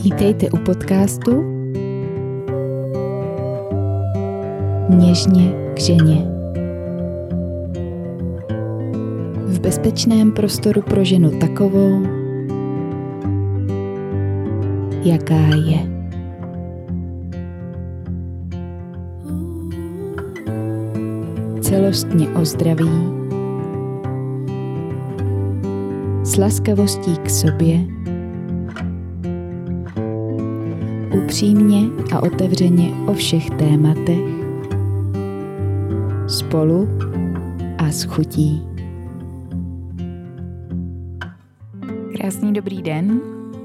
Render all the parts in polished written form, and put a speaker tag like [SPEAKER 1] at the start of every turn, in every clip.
[SPEAKER 1] Vítejte u podcastu Něžně k ženě. V bezpečném prostoru pro ženu takovou, jaká je. Celostně o zdraví, s laskavostí k sobě, upřímně a otevřeně o všech tématech, spolu a s chutí. Krásný dobrý den,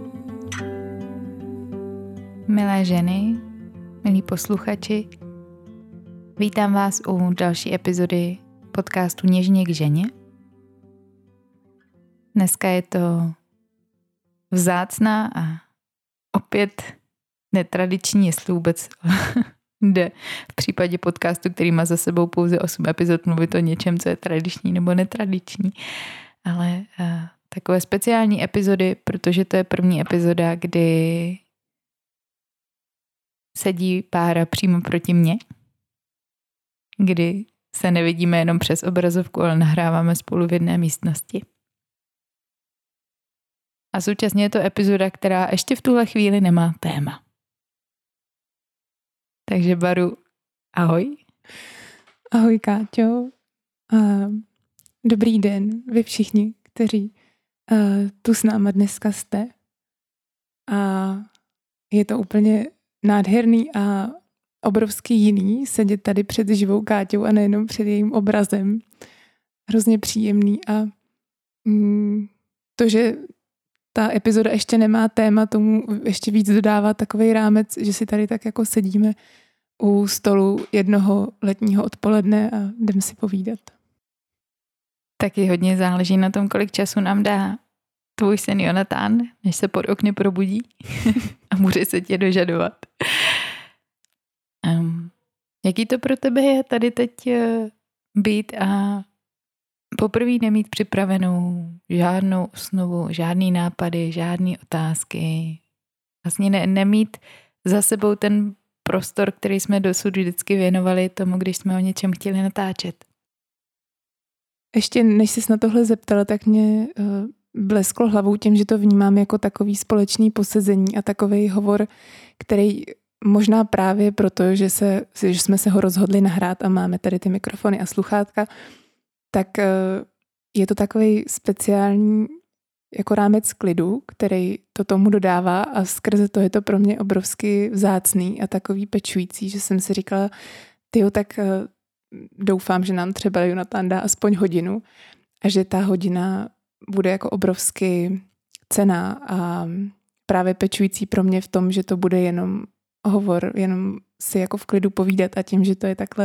[SPEAKER 1] milé ženy, milí posluchači. Vítám vás u další epizody podcastu Něžně k ženě. Dneska je to vzácná a opět netradiční, jestli vůbec jde v případě podcastu, který má za sebou pouze 8 epizod, mluvit o něčem, co je tradiční nebo netradiční. Ale takové speciální epizody, protože to je první epizoda, kdy sedí pára přímo proti mně, kdy se nevidíme jenom přes obrazovku, ale nahráváme spolu v jedné místnosti. A současně je to epizoda, která ještě v tuhle chvíli nemá téma. Takže Baru, ahoj.
[SPEAKER 2] Ahoj Káťo. Dobrý den vy všichni, kteří tu s náma dneska jste. A je to úplně nádherný a obrovský jiný sedět tady před živou Káťou a nejenom před jejím obrazem. Hrozně příjemný a to, že ta epizoda ještě nemá téma, tomu ještě víc dodává takovej rámec, že si tady tak jako sedíme u stolu jednoho letního odpoledne a jdeme si povídat.
[SPEAKER 1] Taky hodně záleží na tom, kolik času nám dá tvůj syn Jonatán, než se pod okny probudí a může se tě dožadovat. Jaký to pro tebe je tady teď být a poprvé nemít připravenou žádnou osnovu, žádný nápady, žádný otázky. Vlastně nemít za sebou ten prostor, který jsme dosud vždycky věnovali tomu, když jsme o něčem chtěli natáčet.
[SPEAKER 2] Ještě než jsi na tohle zeptala, tak mě blesklo hlavou tím, že to vnímám jako takový společný posezení a takovej hovor, který možná právě proto, že jsme se ho rozhodli nahrát a máme tady ty mikrofony a sluchátka, tak je to takový speciální jako rámec klidu, který to tomu dodává a skrze to je to pro mě obrovsky vzácný a takový pečující, že jsem si říkala, tak doufám, že nám třeba Jonatán dá aspoň hodinu a že ta hodina bude jako obrovsky cenná a právě pečující pro mě v tom, že to bude jenom hovor, jenom si jako v klidu povídat a tím, že to je takhle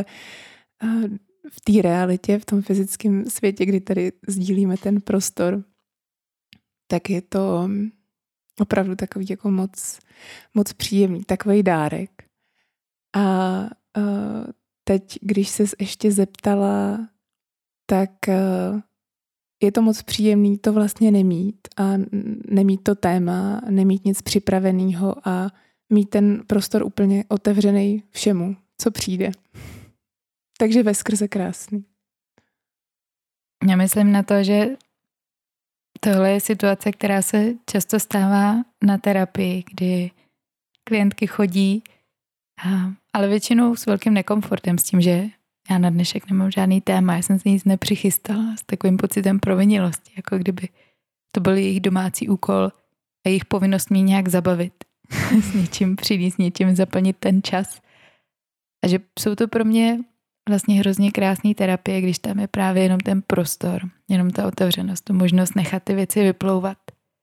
[SPEAKER 2] v té realitě, v tom fyzickém světě, kdy tady sdílíme ten prostor, tak je to opravdu takový jako moc příjemný, takový dárek. A teď, když ses ještě zeptala, tak je to moc příjemný to vlastně nemít a nemít to téma, nemít nic připraveného a mít ten prostor úplně otevřený všemu, co přijde. Takže veskrze krásný.
[SPEAKER 1] Já myslím na to, že tohle je situace, která se často stává na terapii, kdy klientky chodí, ale většinou s velkým nekomfortem s tím, že já na dnešek nemám žádný téma, já jsem se nic nepřichystala s takovým pocitem provinilosti, jako kdyby to byl jejich domácí úkol a jejich povinnost mě nějak zabavit, s něčím přijít, s něčím zaplnit ten čas. A že jsou to pro mě vlastně hrozně krásný terapie, když tam je právě jenom ten prostor, jenom ta otevřenost, tu možnost nechat ty věci vyplouvat.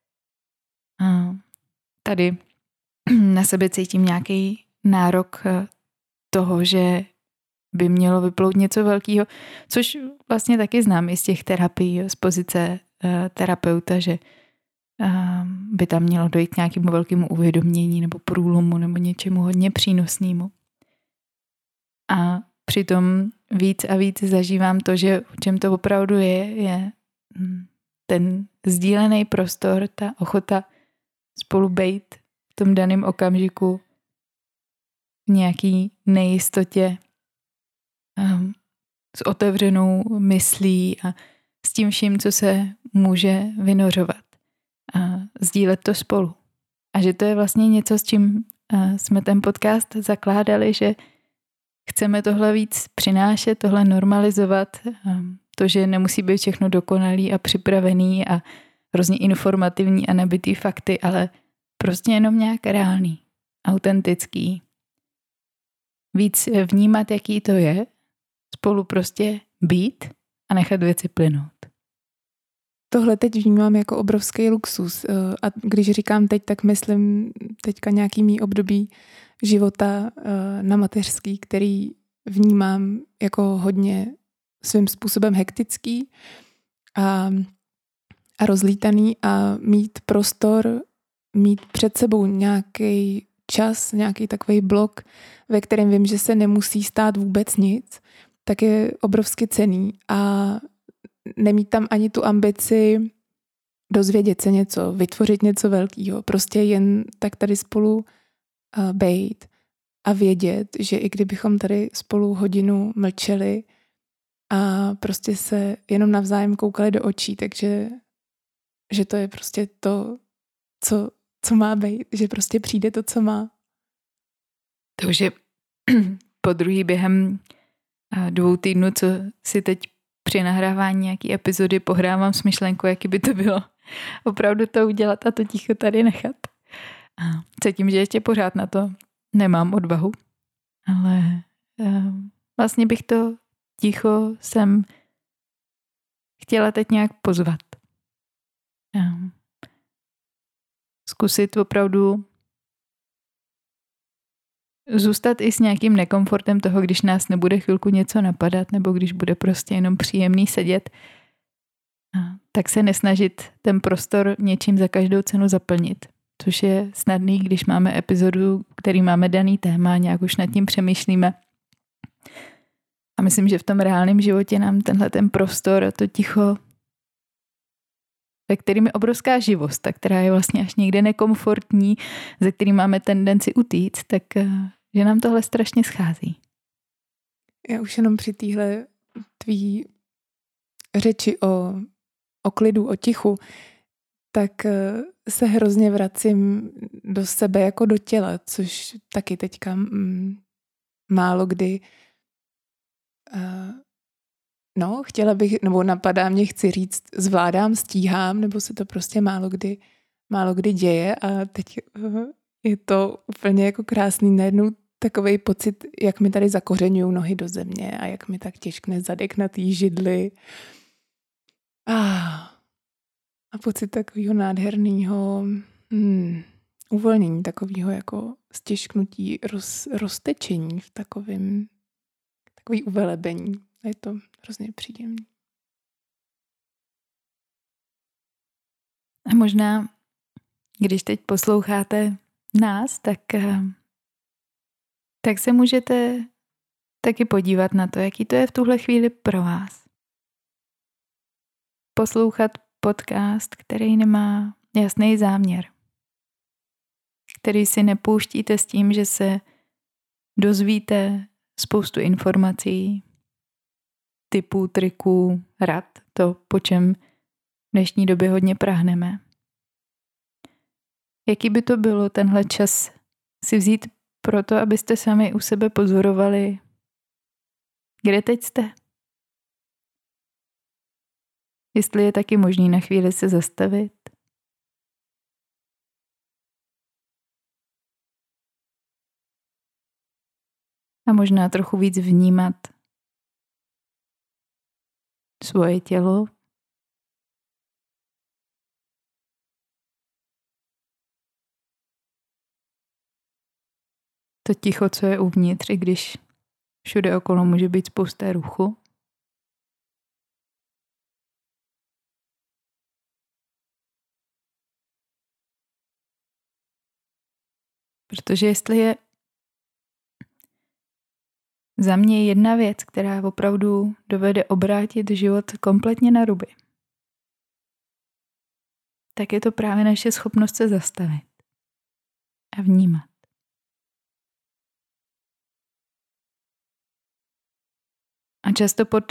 [SPEAKER 1] A tady na sebe cítím nějaký nárok toho, že by mělo vyplout něco velkého, což vlastně taky znám i z těch terapií, z pozice terapeuta, že by tam mělo dojít k nějakému velkému uvědomění nebo průlomu nebo něčemu hodně přínosnému. A přitom víc a víc zažívám to, že o čem to opravdu je ten sdílený prostor, ta ochota spolu bejt v tom daném okamžiku v nějaký nejistotě s otevřenou myslí a s tím vším, co se může vynořovat. A sdílet to spolu. A že to je vlastně něco, s čím jsme ten podcast zakládali, že chceme tohle víc přinášet, tohle normalizovat, to, že nemusí být všechno dokonalý a připravený a hrozně informativní a nabitý fakty, ale prostě jenom nějak reálný, autentický. Víc vnímat, jaký to je, spolu prostě být a nechat věci plynout.
[SPEAKER 2] Tohle teď vnímám jako obrovský luxus. A když říkám teď, tak myslím teďka nějaký mý období života na mateřský, který vnímám jako hodně svým způsobem hektický a rozlítaný a mít prostor, mít před sebou nějaký čas, nějaký takový blok, ve kterém vím, že se nemusí stát vůbec nic, tak je obrovsky cenný a nemít tam ani tu ambici dozvědět se něco, vytvořit něco velkého, prostě jen tak tady spolu bejt a vědět, že i kdybychom tady spolu hodinu mlčeli a prostě se jenom navzájem koukali do očí, takže že to je prostě to, co má být, že prostě přijde to, co má.
[SPEAKER 1] To už je po druhý během 2 týdnů, co si teď při nahrávání nějaký epizody pohrávám s myšlenkou, jaký by to bylo opravdu to udělat a to ticho tady nechat. A cítím, že ještě pořád na to nemám odvahu, ale vlastně bych to ticho sem chtěla teď nějak pozvat. Zkusit opravdu zůstat i s nějakým nekomfortem toho, když nás nebude chvilku něco napadat, nebo když bude prostě jenom příjemný sedět, tak se nesnažit ten prostor něčím za každou cenu zaplnit. Což je snadný, když máme epizodu, který máme daný téma, nějak už nad tím přemýšlíme. A myslím, že v tom reálném životě nám tenhle ten prostor, to ticho, ve kterým je obrovská živost, a která je vlastně až někde nekomfortní, ze který máme tendenci utíct, tak že nám tohle strašně schází.
[SPEAKER 2] Já už jenom při téhle tvý řeči o klidu, o tichu, tak se hrozně vracím do sebe jako do těla, což taky teďka málo kdy chtěla bych, nebo napadá mě, chci říct, zvládám, stíhám, nebo se to prostě málo kdy děje a teď je to úplně jako krásný najednou takovej pocit, jak mi tady zakořeňují nohy do země a jak mi tak těžkne zadek na té židli. A pocit takového nádherného uvolnění, takového jako stěžknutí, roztečení v takový uvelebení. A je to hrozně příjemné.
[SPEAKER 1] A možná, když teď posloucháte nás, tak se můžete taky podívat na to, jaký to je v tuhle chvíli pro vás. Poslouchat podcast, který nemá jasný záměr. Který si nepouštíte s tím, že se dozvíte spoustu informací, typů, triků, rad, to, po čem v dnešní době hodně prahneme. Jaký by to bylo tenhle čas si vzít proto, abyste sami u sebe pozorovali, kde teď jste? Jestli je taky možný na chvíli se zastavit. A možná trochu víc vnímat svoje tělo. To ticho, co je uvnitř, i když všude okolo může být spousta ruchu. Protože jestli je za mě jedna věc, která opravdu dovede obrátit život kompletně na ruby, tak je to právě naše schopnost se zastavit. a vnímat. A často pod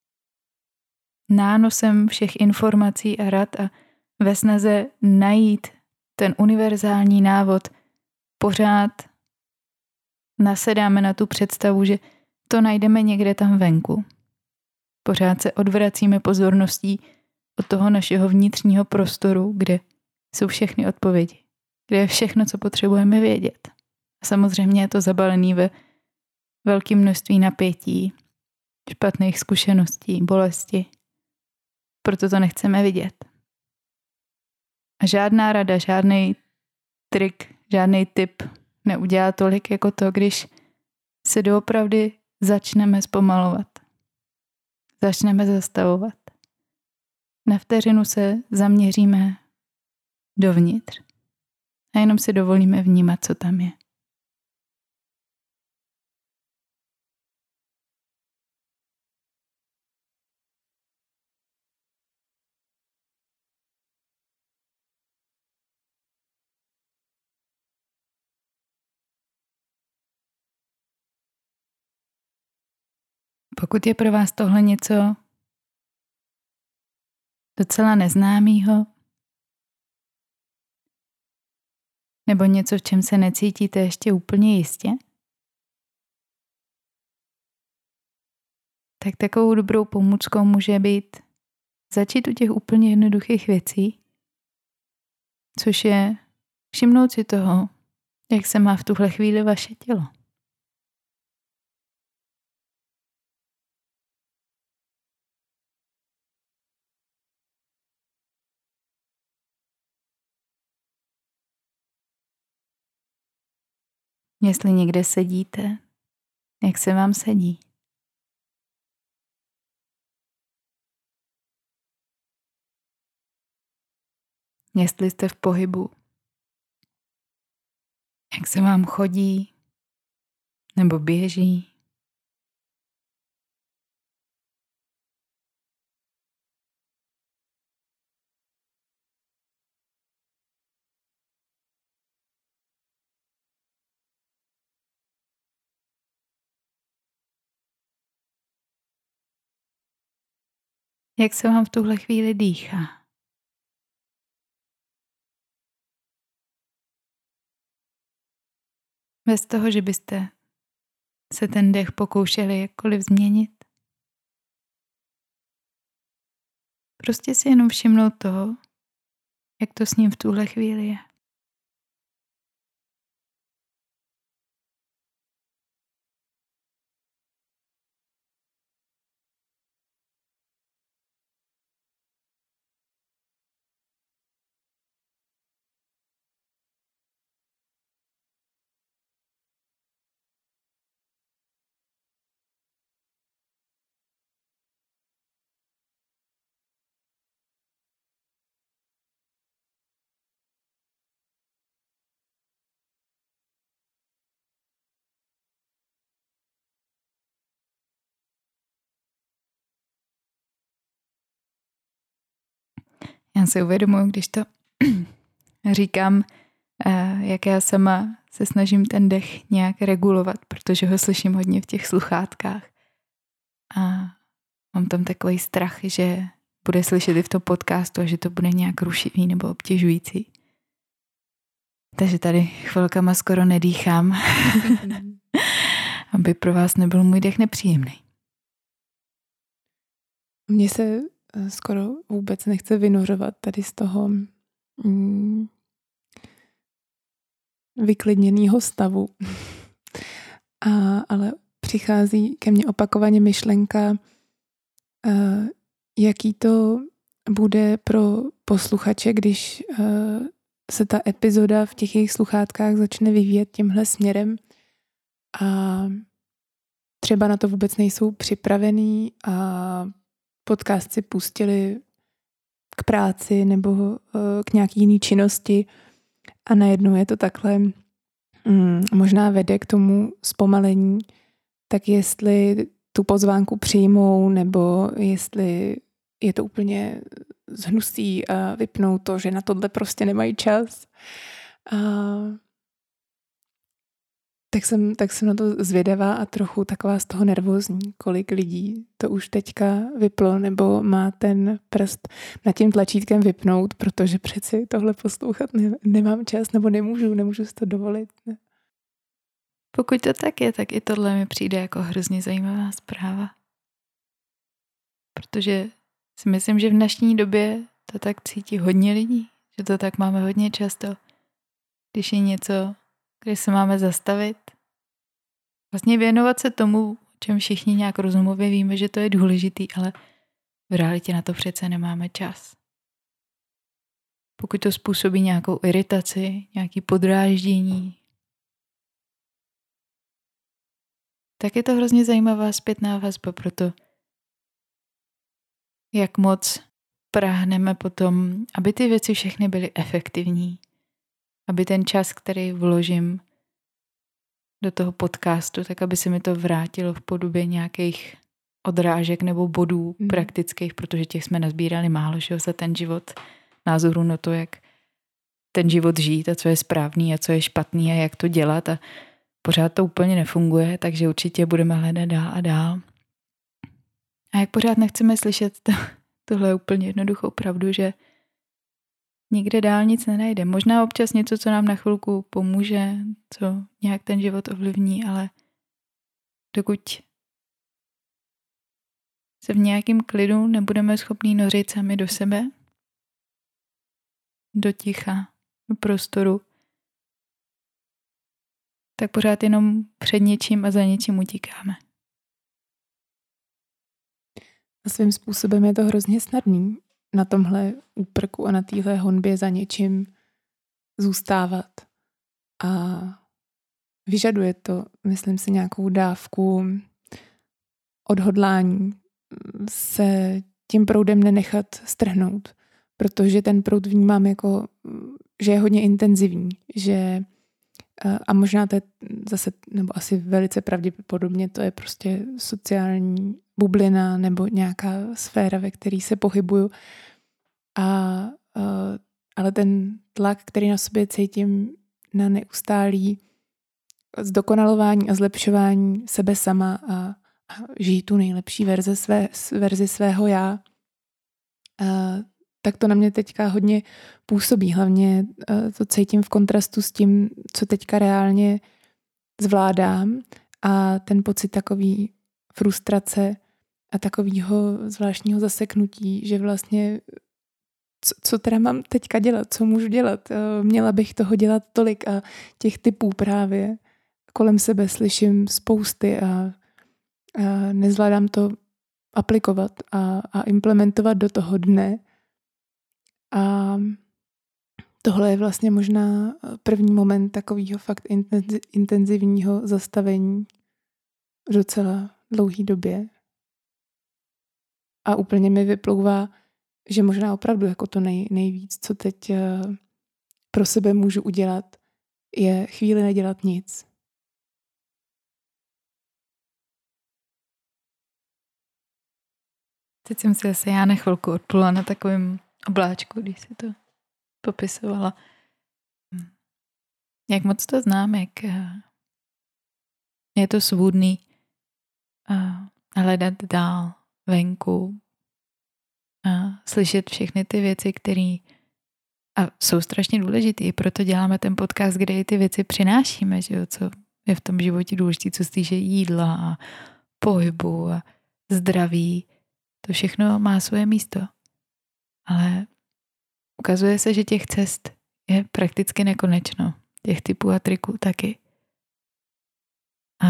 [SPEAKER 1] nánosem všech informací a rad a ve snaze najít ten univerzální návod pořád nasedáme na tu představu, že to najdeme někde tam venku. Pořád se odvracíme pozorností od toho našeho vnitřního prostoru, kde jsou všechny odpovědi, kde je všechno, co potřebujeme vědět. A samozřejmě je to zabalené ve velkém množství napětí, špatných zkušeností, bolesti. Proto to nechceme vidět. A žádná rada, žádný trik, žádný tip neudělá tolik jako to, když se doopravdy začneme zpomalovat. Začneme zastavovat. Na vteřinu se zaměříme dovnitř a jenom si dovolíme vnímat, co tam je. Pokud je pro vás tohle něco docela neznámého, nebo něco, v čem se necítíte ještě úplně jistě, tak takovou dobrou pomůckou může být začít u těch úplně jednoduchých věcí, což je všimnout si toho, jak se má v tuhle chvíli vaše tělo. Jestli někde sedíte, jak se vám sedí. Jestli jste v pohybu, jak se vám chodí nebo běží. Jak se vám v tuhle chvíli dýchá. Bez toho, že byste se ten dech pokoušeli jakkoliv změnit. Prostě si jenom všimnout toho, jak to s ním v tuhle chvíli je. Já si uvědomuji, když to říkám, jak já sama se snažím ten dech nějak regulovat, protože ho slyším hodně v těch sluchátkách. A mám tam takový strach, že bude slyšet i v tom podcastu a že to bude nějak rušivý nebo obtěžující. Takže tady chvilkama skoro nedýchám, aby pro vás nebyl můj dech nepříjemný.
[SPEAKER 2] Mně se skoro vůbec nechce vynořovat tady z toho vyklidněného stavu. Ale přichází ke mně opakovaně myšlenka, jaký to bude pro posluchače, když se ta epizoda v těch jejich sluchátkách začne vyvíjet tímhle směrem a třeba na to vůbec nejsou připravený a podcast si pustili k práci nebo k nějaký jiný činnosti a najednou je to takhle možná vede k tomu zpomalení, tak jestli tu pozvánku přijmou nebo jestli je to úplně zhnusí a vypnou to, že na tohle prostě nemají čas. Tak jsem na to zvědavá a trochu taková z toho nervózní, kolik lidí to už teďka vyplo nebo má ten prst nad tím tlačítkem vypnout, protože přeci tohle poslouchat nemám čas nebo nemůžu si to dovolit. Ne.
[SPEAKER 1] Pokud to tak je, tak i tohle mi přijde jako hrozně zajímavá zpráva. Protože si myslím, že v dnešní době to tak cítí hodně lidí, že to tak máme hodně často. Když je něco, kde se máme zastavit, vlastně věnovat se tomu, o čem všichni nějak rozumově víme, že to je důležitý, ale v realitě na to přece nemáme čas. Pokud to způsobí nějakou iritaci, nějaký podráždění, tak je to hrozně zajímavá zpětná vazba pro to, jak moc práhneme potom, aby ty věci všechny byly efektivní, aby ten čas, který vložím do toho podcastu, tak aby se mi to vrátilo v podobě nějakých odrážek nebo bodů praktických, protože těch jsme nazbírali málo, že za ten život, názoru na to, jak ten život žít a co je správný a co je špatný a jak to dělat a pořád to úplně nefunguje, takže určitě budeme hledat dál a dál. A jak pořád nechceme slyšet tohle úplně jednoduchou pravdu, že nikde dál nic nenajde. Možná občas něco, co nám na chvilku pomůže, co nějak ten život ovlivní, ale dokud se v nějakém klidu nebudeme schopní nořit sami do sebe, do ticha, do prostoru, tak pořád jenom před něčím a za něčím utíkáme.
[SPEAKER 2] A svým způsobem je to hrozně snadný na tomhle úprku a na téhle honbě za něčím zůstávat. A vyžaduje to, myslím si, nějakou dávku odhodlání se tím proudem nenechat strhnout, protože ten proud vnímám jako, že je hodně intenzivní, že a možná to je zase, nebo asi velice pravděpodobně to je prostě sociální bublina nebo nějaká sféra, ve které se pohybuju. Ale ten tlak, který na sobě cítím na neustálý zdokonalování a zlepšování sebe sama a žít tu nejlepší verzi svého já, tak to na mě teďka hodně působí. Hlavně to cítím v kontrastu s tím, co teďka reálně zvládám a ten pocit takový frustrace a takového zvláštního zaseknutí, že vlastně co teda mám teďka dělat, co můžu dělat. Měla bych toho dělat tolik a těch typů právě kolem sebe slyším spousty a nezvládám to aplikovat a implementovat do toho dne. A tohle je vlastně možná první moment takového fakt intenzivního zastavení v docela dlouhý době. A úplně mi vyplouvá, že možná opravdu jako to nejvíc, co teď pro sebe můžu udělat, je chvíli nedělat nic.
[SPEAKER 1] Teď jsem si zase já na chvilku odplula na takovém obláčku, když si to popisovala. Jak moc to znám, jak je to svůdný hledat dál venku a slyšet všechny ty věci, které jsou strašně důležité. Proto děláme ten podcast, kde i ty věci přinášíme, že jo, co je v tom životě důležité, co se týče jídla a pohybu a zdraví. To všechno má svoje místo. Ale ukazuje se, že těch cest je prakticky nekonečno. Těch typů a triků taky. A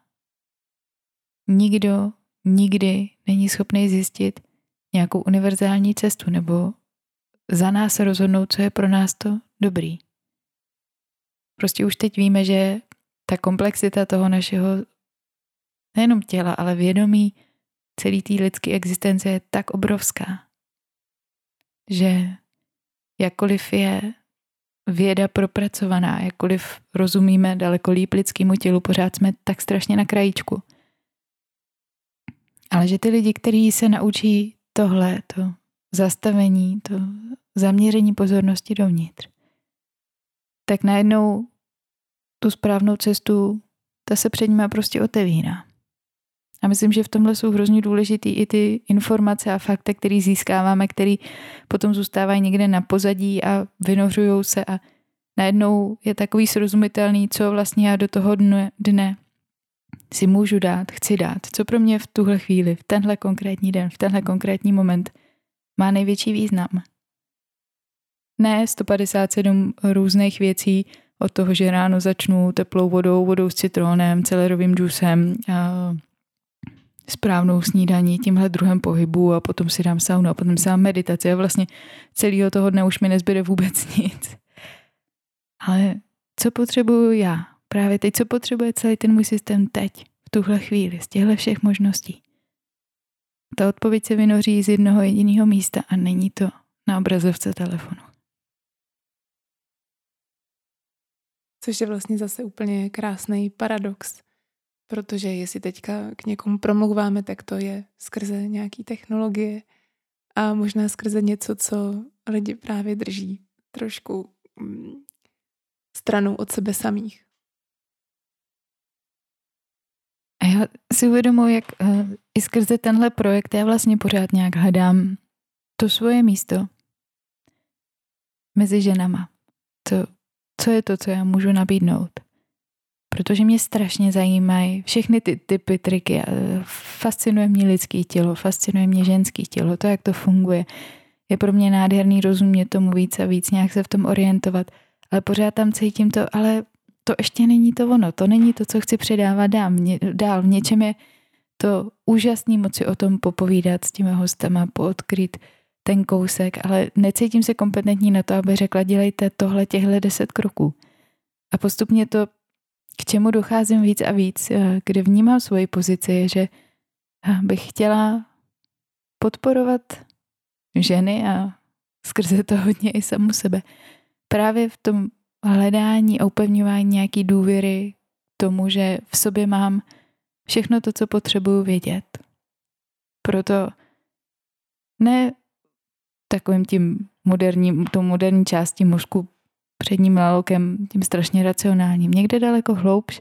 [SPEAKER 1] nikdo nikdy není schopný zjistit nějakou univerzální cestu nebo za nás rozhodnout, co je pro nás to dobrý. Prostě už teď víme, že ta komplexita toho našeho nejenom těla, ale vědomí celý té lidské existence je tak obrovská, že jakkoliv je věda propracovaná, jakkoliv rozumíme daleko líp lidskému tělu, pořád jsme tak strašně na krajíčku. Ale že ty lidi, kteří se naučí tohle, to zastavení, to zaměření pozornosti dovnitř, tak najednou tu správnou cestu ta se před nimi prostě otevírá. A myslím, že v tomhle jsou hrozně důležitý i ty informace a fakta, které získáváme, které potom zůstávají někde na pozadí a vynořujou se a najednou je takový srozumitelný, co vlastně já do toho dne si můžu dát, chci dát, co pro mě v tuhle chvíli, v tenhle konkrétní den, v tenhle konkrétní moment má největší význam. Ne 157 různých věcí od toho, že ráno začnu teplou vodou s citronem, celerovým džusem, správnou snídaní, tímhle druhem pohybu a potom si dám saunu a potom si dám meditaci a vlastně celého toho dne už mi nezbyde vůbec nic. Ale co potřebuju já? Právě teď, co potřebuje celý ten můj systém teď, v tuhle chvíli, z těchto všech možností. Ta odpověď se vynoří z jednoho jediného místa a není to na obrazovce telefonu.
[SPEAKER 2] Což je vlastně zase úplně krásný paradox, protože jestli teďka k někomu promlouváme, tak to je skrze nějaký technologie a možná skrze něco, co lidi právě drží trošku stranou od sebe samých.
[SPEAKER 1] A já si uvědomuji, jak i skrze tenhle projekt já vlastně pořád nějak hledám to svoje místo mezi ženama. Co je to, co já můžu nabídnout? Protože mě strašně zajímají všechny ty typy, triky. Fascinuje mě lidské tělo, fascinuje mě ženské tělo, to, jak to funguje. Je pro mě nádherný rozumět tomu víc a víc, nějak se v tom orientovat. Ale pořád tam cítím to, ale to ještě není to ono, to není to, co chci předávat dál. V něčem je to úžasný moci o tom popovídat s těmi hostama, poodkryt ten kousek, ale necítím se kompetentní na to, aby řekla, dělejte tohle, těchto 10 kroků. A postupně to, k čemu docházím víc a víc, kde vnímám svoji pozici, je, že bych chtěla podporovat ženy a skrze to hodně i samu sebe. Právě v tom hledání a upevňování nějaký důvěry tomu, že v sobě mám všechno to, co potřebuju vědět. Proto ne takovým tou moderní částí mozku předním lalokem, tím strašně racionálním. Někde daleko hloubš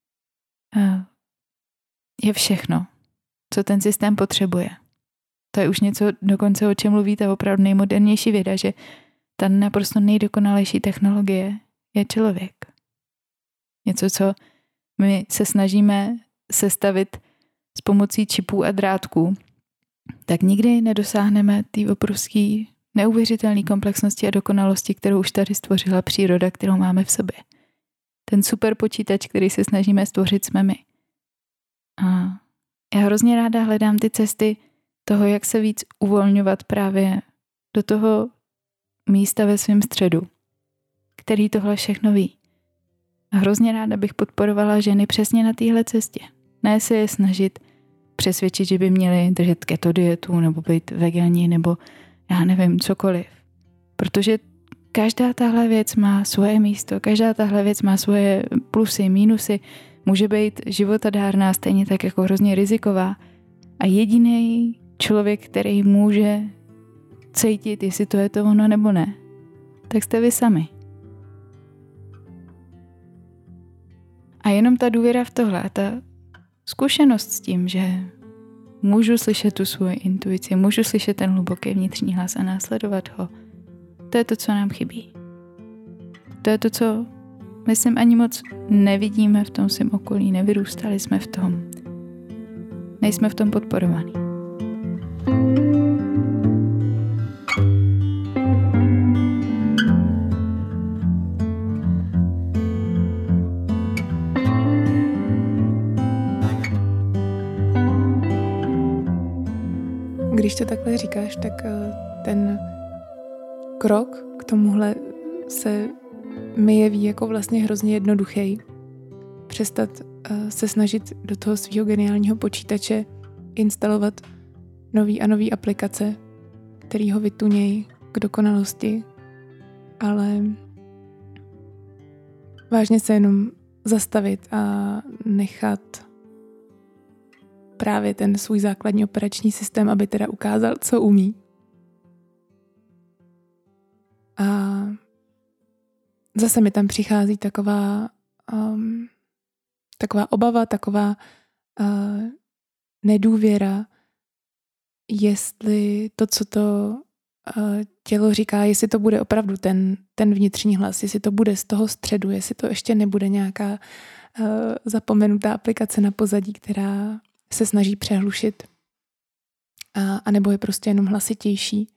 [SPEAKER 1] je všechno, co ten systém potřebuje. To je už něco dokonce, o čem mluví ta opravdu nejmodernější věda, že ta naprosto nejdokonalejší technologie je člověk. Něco, co my se snažíme sestavit s pomocí čipů a drátků, tak nikdy nedosáhneme té obrovské neuvěřitelné komplexnosti a dokonalosti, kterou už tady stvořila příroda, kterou máme v sobě. Ten super počítač, který se snažíme stvořit, jsme my. A já hrozně ráda hledám ty cesty toho, jak se víc uvolňovat právě do toho místa ve svém středu, který tohle všechno ví. A hrozně ráda bych podporovala ženy přesně na téhle cestě. Ne se je snažit přesvědčit, že by měli držet keto dietu nebo být vegani nebo já nevím, cokoliv. Protože každá tahle věc má svoje místo, každá tahle věc má svoje plusy, mínusy, může být životadárná stejně tak jako hrozně riziková. A jediný člověk, který může cítit, jestli to je to ono nebo ne, tak jste vy sami. A jenom ta důvěra v tohle a ta zkušenost s tím, že můžu slyšet tu svoji intuici, můžu slyšet ten hluboký vnitřní hlas a následovat ho. To je to, co nám chybí. To je to, co myslím ani moc nevidíme v tom svém okolí, nevyrůstali jsme v tom. Nejsme v tom podporovaní.
[SPEAKER 2] Když to takhle říkáš, tak ten krok k tomuhle se mi jeví jako vlastně hrozně jednoduchý. Přestat se snažit do toho svého geniálního počítače instalovat nový a nový aplikace, který ho vytunějí k dokonalosti, ale vážně se jenom zastavit a nechat právě ten svůj základní operační systém, aby teda ukázal, co umí. A zase mi tam přichází taková taková obava, taková nedůvěra, jestli to, co to tělo říká, jestli to bude opravdu ten vnitřní hlas, jestli to bude z toho středu, jestli to ještě nebude nějaká zapomenutá aplikace na pozadí, která se snaží přehlušit, a nebo je prostě jenom hlasitější.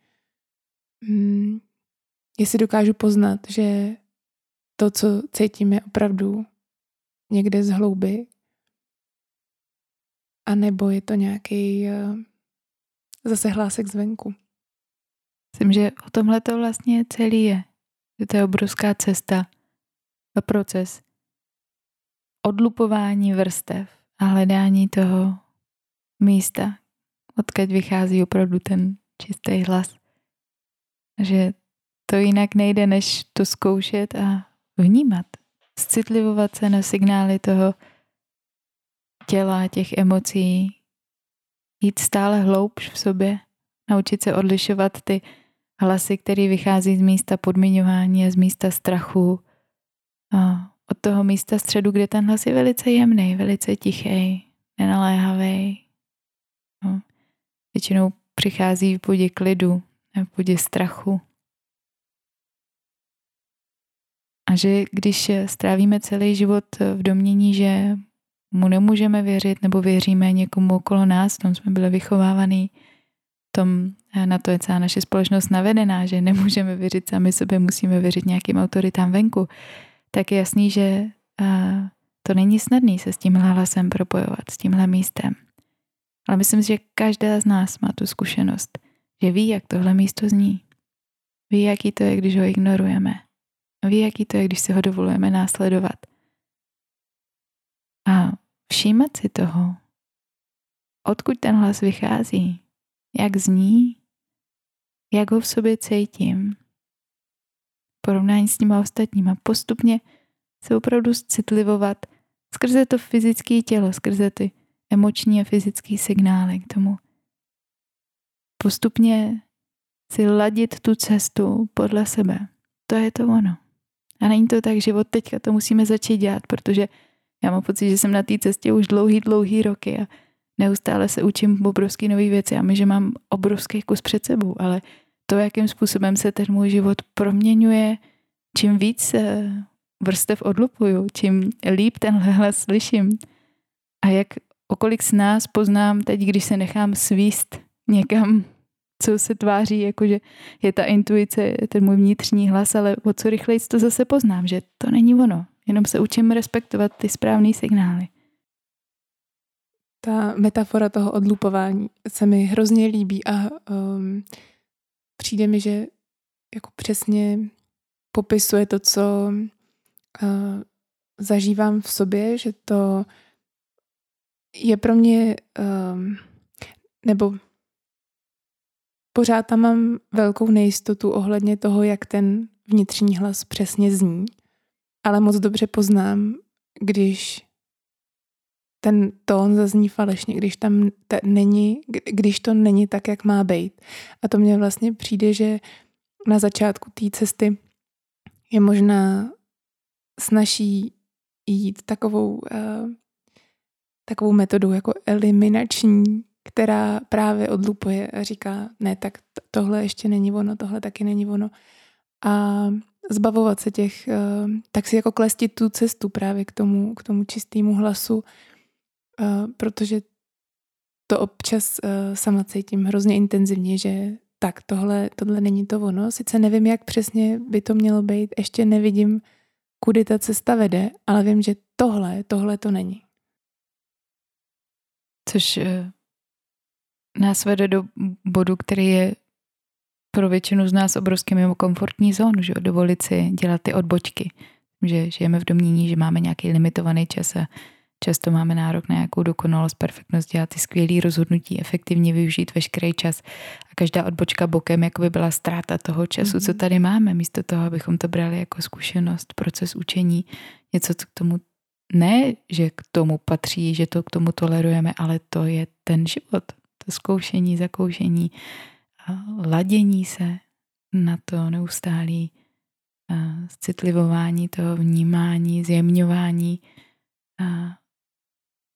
[SPEAKER 2] Jestli dokážu poznat, že to, co cítím, je opravdu někde z hlouby, a nebo je to nějaký zase hlásek zvenku.
[SPEAKER 1] Myslím, že o tomhle to vlastně celý je. Že to je obrovská cesta a proces odlupování vrstev a hledání toho místa, odkud vychází opravdu ten čistý hlas. Že to jinak nejde, než to zkoušet a vnímat. Citlivovat se na signály toho těla, těch emocí, jít stále hloubš v sobě, naučit se odlišovat ty hlasy, které vychází z místa podmiňování a z místa strachu. A od toho místa středu, kde ten hlas je velice jemný, velice tichý, nenaléhavý. No. Většinou přichází v bodě klidu, v bodě strachu. A že když strávíme celý život v domnění, že mu nemůžeme věřit nebo věříme někomu okolo nás, v tom jsme byli vychovávaný, na to je celá naše společnost navedená, že nemůžeme věřit sami sobě, musíme věřit nějakým autoritám venku, tak je jasný, že to není snadný se s tímhle hlasem propojovat, s tímhle místem. Ale myslím si, že každá z nás má tu zkušenost, že ví, jak tohle místo zní. Ví, jaký to je, když ho ignorujeme. Ví, jaký to je, když si ho dovolujeme následovat. A všímat si toho, odkud ten hlas vychází, jak zní, jak ho v sobě cítím, porovnání s těma ostatníma, postupně se opravdu citlivovat skrze to fyzické tělo, skrze ty emoční a fyzické signály k tomu. Postupně si ladit tu cestu podle sebe. To je to ono. A není to tak, že od teďka to musíme začít dělat, protože já mám pocit, že jsem na té cestě už dlouhý roky a neustále se učím obrovský nový věci. Já myslím, že mám obrovský kus před sebou, ale to, jakým způsobem se ten můj život proměňuje, čím víc vrstev odlupuju, čím líp tenhle hlas slyším a okolik z nás poznám teď, když se nechám svíst někam, co se tváří, jakože je ta intuice, ten můj vnitřní hlas, ale o co rychleji to zase poznám, že to není ono. Jenom se učím respektovat ty správné signály.
[SPEAKER 2] Ta metafora toho odlupování se mi hrozně líbí a přijde mi, že jako přesně popisuje to, co zažívám v sobě, že to je pro mě, nebo pořád tam mám velkou nejistotu ohledně toho, jak ten vnitřní hlas přesně zní, ale moc dobře poznám, když ten tón zazní falešně, když to není tak, jak má být. A to mně vlastně přijde, že na začátku té cesty je možná snazší jít takovou metodou jako eliminační, která právě odlupuje a říká, ne, tak tohle ještě není ono, tohle taky není ono. A zbavovat se těch, tak si jako klestit tu cestu právě k tomu čistému hlasu, protože to občas sama cítím hrozně intenzivně, že tak tohle není to ono. Sice nevím, jak přesně by to mělo být, ještě nevidím, kudy ta cesta vede, ale vím, že tohle to není.
[SPEAKER 1] Což nás vede do bodu, který je pro většinu z nás obrovský mimo komfortní zónu, že dovolit si dělat ty odbočky. Že žijeme v domnění, že máme nějaký limitovaný čas a často máme nárok na nějakou dokonalost, perfektnost, dělat ty skvělý rozhodnutí, efektivně využít veškerý čas a každá odbočka bokem jako by byla ztráta toho času, co tady máme, místo toho, abychom to brali jako zkušenost, proces učení, něco, co k tomu ne, že k tomu patří, že to k tomu tolerujeme, ale to je ten život, to zkoušení, zakoušení, ladění se na to neustálé citlivování toho vnímání, zjemňování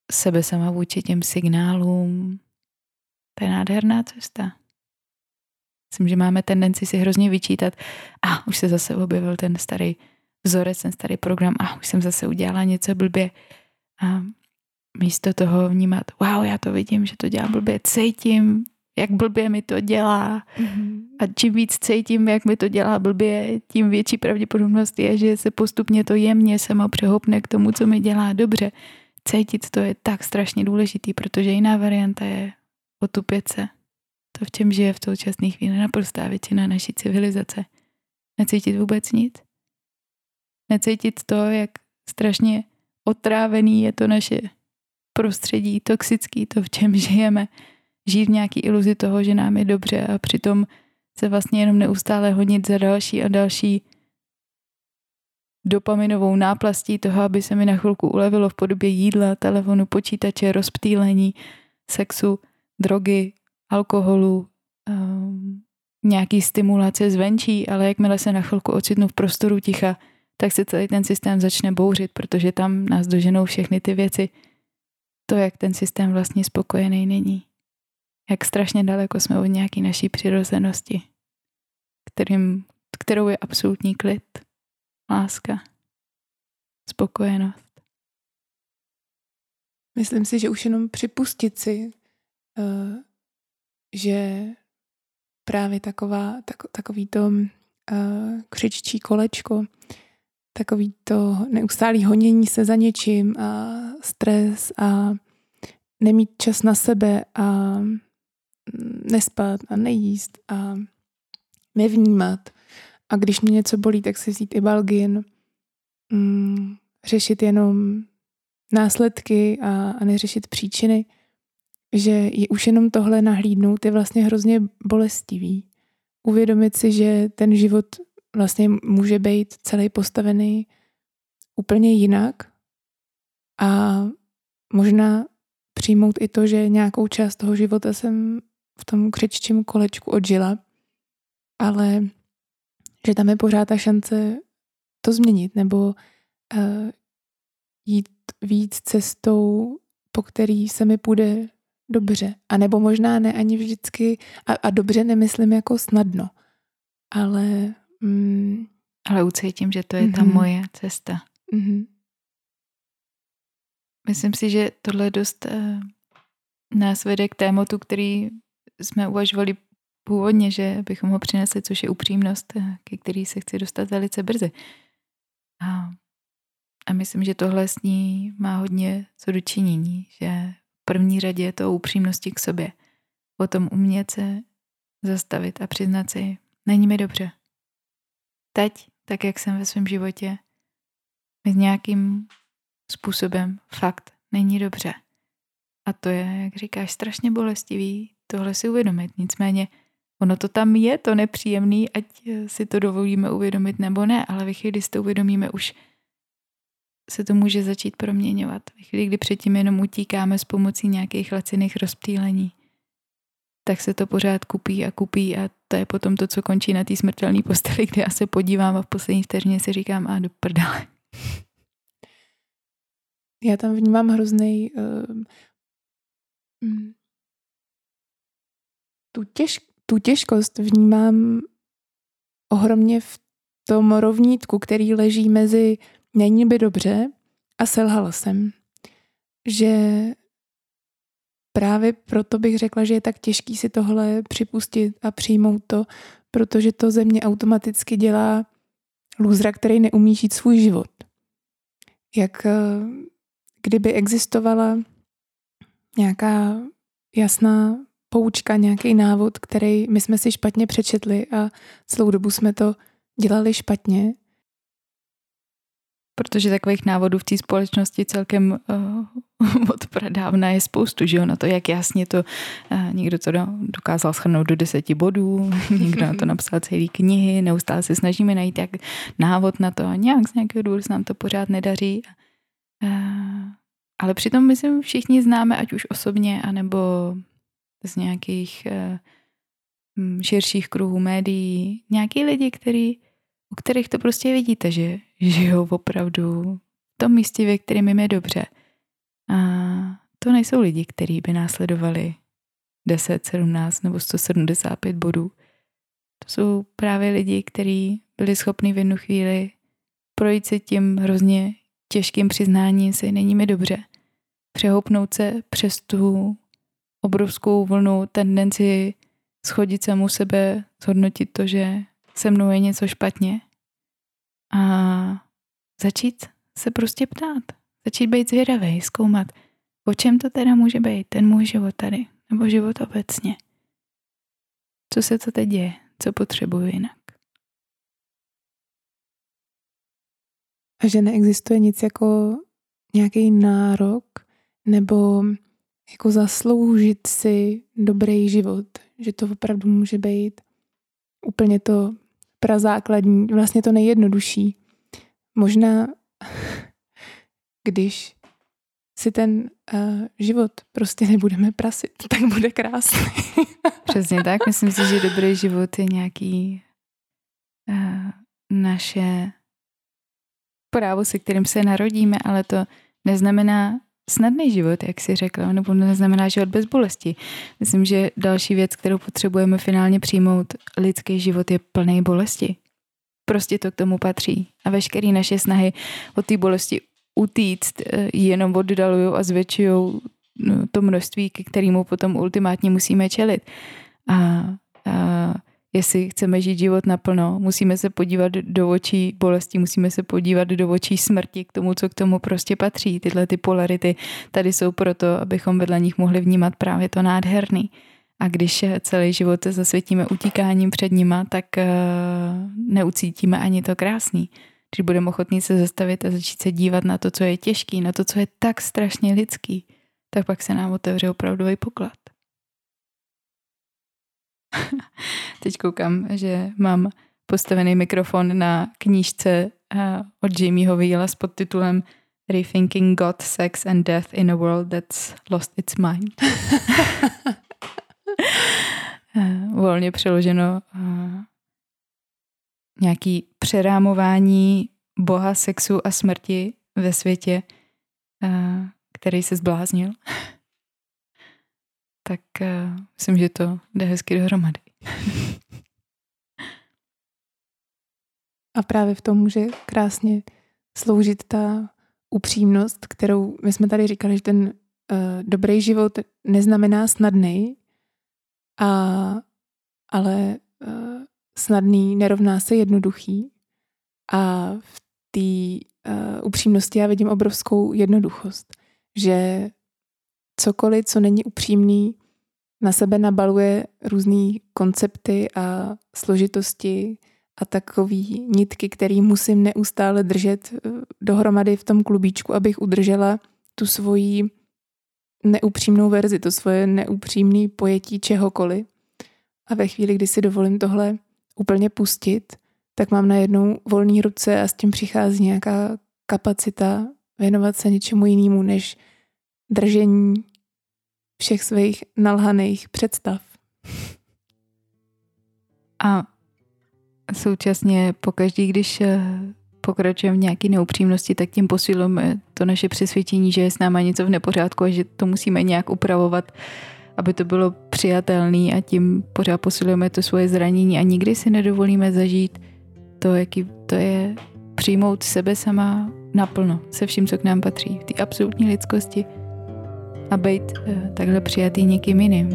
[SPEAKER 1] sebe sama vůči těm signálům. To je nádherná cesta. Myslím, že máme tendenci si hrozně vyčítat, už se zase objevil ten starý vzorec, ten starý program, už jsem zase udělala něco blbě. A místo toho vnímat, já to vidím, že to dělá blbě, cítím, jak blbě mi to dělá. A čím víc cítím, jak mi to dělá blbě, tím větší pravděpodobnost je, že se postupně to jemně sama přehopne k tomu, co mi dělá dobře. Cítit to je tak strašně důležitý, protože jiná varianta je otupět se. To, v čem žije v současné chvíli naprostá většina naší civilizace. Necítit vůbec nic. Necítit to, jak strašně otrávený je to naše prostředí, toxický, to, v čem žijeme. Žít v nějaký iluzi toho, že nám je dobře a přitom se vlastně jenom neustále honit za další a další dopaminovou náplastí toho, aby se mi na chvilku ulevilo v podobě jídla, telefonu, počítače, rozptýlení, sexu, drogy, alkoholu, nějaký stimulace zvenčí, ale jakmile se na chvilku ocitnu v prostoru ticha, tak se celý ten systém začne bouřit, protože tam nás doženou všechny ty věci. To, jak ten systém vlastně spokojený není. Jak strašně daleko jsme od nějaký naší přirozenosti, kterou je absolutní klid, láska, spokojenost.
[SPEAKER 2] Myslím si, že už jenom připustit si, že právě takový to křiččí kolečko, takový to neustálý honění se za něčím a stres a nemít čas na sebe a nespat a nejíst a nevnímat. A když mě něco bolí, tak si vzít Ibalgin, řešit jenom následky a neřešit příčiny, že je už jenom tohle nahlídnout je vlastně hrozně bolestivý. Uvědomit si, že ten život vlastně může být celý postavený úplně jinak a možná přijmout i to, že nějakou část toho života jsem v tom křiččím kolečku odžila, ale že tam je pořád ta šance to změnit nebo jít víc cestou, po který se mi půjde dobře. A nebo možná ne ani vždycky, a dobře nemyslím jako snadno, ale
[SPEAKER 1] ucítím, že to je ta moje cesta. Myslím si, že tohle dost nás vede k tématu, který jsme uvažovali původně, že bychom ho přinesli, což je upřímnost, ke který se chci dostat velice brzy. A myslím, že tohle s ní má hodně co dočinění, že v první řadě je to o upřímnosti k sobě. O tom umět se zastavit a přiznat si, není mi dobře. Teď, tak jak jsem ve svém životě, mi nějakým způsobem fakt není dobře. A to je, jak říkáš, strašně bolestivý tohle si uvědomit. Nicméně ono to tam je, to nepříjemný, ať si to dovolíme uvědomit nebo ne, ale ve chvíli, kdy si to uvědomíme, už se to může začít proměňovat. Ve chvíli, kdy předtím jenom utíkáme s pomocí nějakých laciných rozptýlení, tak se to pořád kupí a to je potom to, co končí na té smrtelné posteli, kde já se podívám a v poslední vteřině si říkám, do prdele.
[SPEAKER 2] Já tam vnímám hroznej tu těžkost vnímám ohromně v tom rovnítku, který leží mezi není by dobře a selhala jsem. Že právě proto bych řekla, že je tak těžký si tohle připustit a přijmout to, protože to ze mě automaticky dělá lůzra, který neumí žít svůj život. Jak kdyby existovala nějaká jasná poučka, nějaký návod, který my jsme si špatně přečetli a celou dobu jsme to dělali špatně.
[SPEAKER 1] Protože takových návodů v té společnosti celkem od pradávna je spoustu, že jo, na to, jak jasně to někdo to dokázal shrnout do 10 bodů, někdo na to napsal celý knihy, neustále se snažíme najít jak návod na to a nějak z nějakého důvodu se nám to pořád nedaří. Ale přitom myslím, všichni známe, ať už osobně, anebo z nějakých širších kruhů médií, nějaký lidi, u kterých to prostě vidíte, že žijou opravdu v tom místě, ve kterém jim je dobře. A to nejsou lidi, kteří by následovali 10, 17 nebo 175 bodů. To jsou právě lidi, kteří byli schopni v jednu chvíli projít si tím hrozně těžkým přiznáním si, není mi dobře. Přehoupnout se přes tu obrovskou vlnu, tendenci schodit samu sebe, zhodnotit to, že se mnou je něco špatně a začít se prostě ptát. Začít být zvědavý, zkoumat, o čem to teda může být, ten můj život tady, nebo život obecně. Co se to teď děje, co potřebuju jinak.
[SPEAKER 2] A že neexistuje nic jako nějaký nárok nebo jako zasloužit si dobrý život. Že to opravdu může být úplně to prazákladní, vlastně to nejjednodušší. Možná, když si ten život prostě nebudeme prasit, tak bude krásný.
[SPEAKER 1] Přesně tak, myslím si, že dobrý život je nějaký naše právo, se kterým se narodíme, ale to neznamená snadný život, jak jsi řekla, nebo neznamená život bez bolesti. Myslím, že další věc, kterou potřebujeme finálně přijmout, lidský život je plný bolesti. Prostě to k tomu patří. A veškeré naše snahy od té bolesti utíct jenom oddalují a zvětšují to množství, ke kterému potom ultimátně musíme čelit. A jestli chceme žít život naplno, musíme se podívat do očí bolesti, musíme se podívat do očí smrti, k tomu, co k tomu prostě patří. Tyhle ty polarity tady jsou proto, abychom vedle nich mohli vnímat právě to nádherný. A když celý život zasvětíme utíkáním před nima, tak neucítíme ani to krásný. Když budeme ochotní se zastavit a začít se dívat na to, co je těžký, na to, co je tak strašně lidský, tak pak se nám otevře opravdový poklad. Teď koukám, že mám postavený mikrofon na knížce od Jamieho Wheela s podtitulem Rethinking God, Sex and Death in a World That's Lost Its Mind. Volně přeloženo nějaký přerámování Boha, sexu a smrti ve světě, který se zbláznil. Tak myslím, že to jde hezky dohromady.
[SPEAKER 2] A právě v tom může krásně sloužit ta upřímnost, kterou my jsme tady říkali, že ten dobrý život neznamená snadný, ale snadný nerovná se jednoduchý. A v té upřímnosti já vidím obrovskou jednoduchost, že cokoliv, co není upřímný, na sebe nabaluje různý koncepty a složitosti a takový nitky, který musím neustále držet dohromady v tom klubíčku, abych udržela tu svoji neupřímnou verzi, to svoje neupřímné pojetí čehokoliv. A ve chvíli, kdy si dovolím tohle úplně pustit, tak mám najednou volné ruce a s tím přichází nějaká kapacita věnovat se něčemu jinému, než držení všech svých nalhaných představ.
[SPEAKER 1] A současně pokaždý, když pokračujeme v nějaké neupřímnosti, tak tím posilujeme to naše přesvědčení, že je s náma něco v nepořádku a že to musíme nějak upravovat, aby to bylo přijatelné, a tím pořád posilujeme to svoje zranění a nikdy si nedovolíme zažít to, jaký to je přijmout sebe sama naplno, se vším, co k nám patří, v té absolutní lidskosti a být takhle přijatý někým jiným.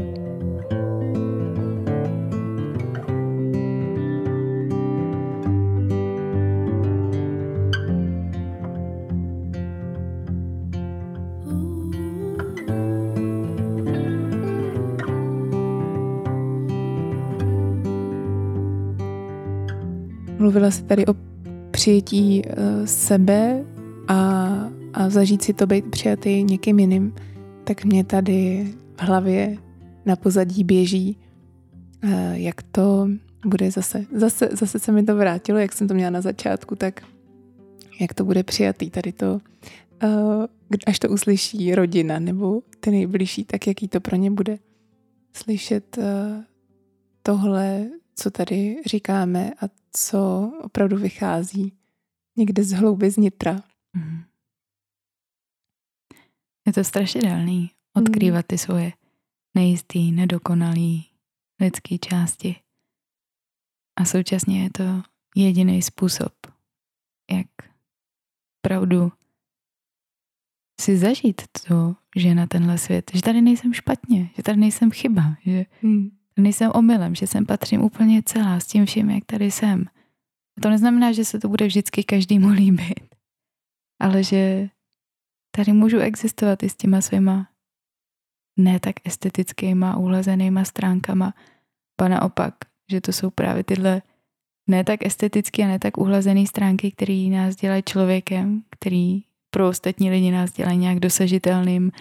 [SPEAKER 2] Mluvila jsi tady o přijetí sebe a zažít si to být přijatý někým jiným, tak mě tady v hlavě na pozadí běží, jak to bude zase se mi to vrátilo, jak jsem to měla na začátku, tak jak to bude přijatý tady to, až to uslyší rodina nebo ty nejbližší, tak jaký to pro ně bude slyšet tohle, co tady říkáme a co opravdu vychází někde z hlouby z nitra.
[SPEAKER 1] Je to strašidelný odkrývat ty svoje nejistý, nedokonalý lidský části. A současně je to jediný způsob, jak opravdu si zažít to, že na tenhle svět, že tady nejsem špatně, že tady nejsem chyba, že nejsem omylem, že sem patřím úplně celá s tím vším, jak tady jsem. A to neznamená, že se to bude vždycky každému líbit, ale že tady můžu existovat i s těma svýma ne tak estetickýma, uhlazenýma stránkama, ba naopak, že to jsou právě tyhle ne tak estetické a ne tak uhlazené stránky, které nás dělají člověkem, který pro ostatní lidi nás dělají nějak dosažitelným,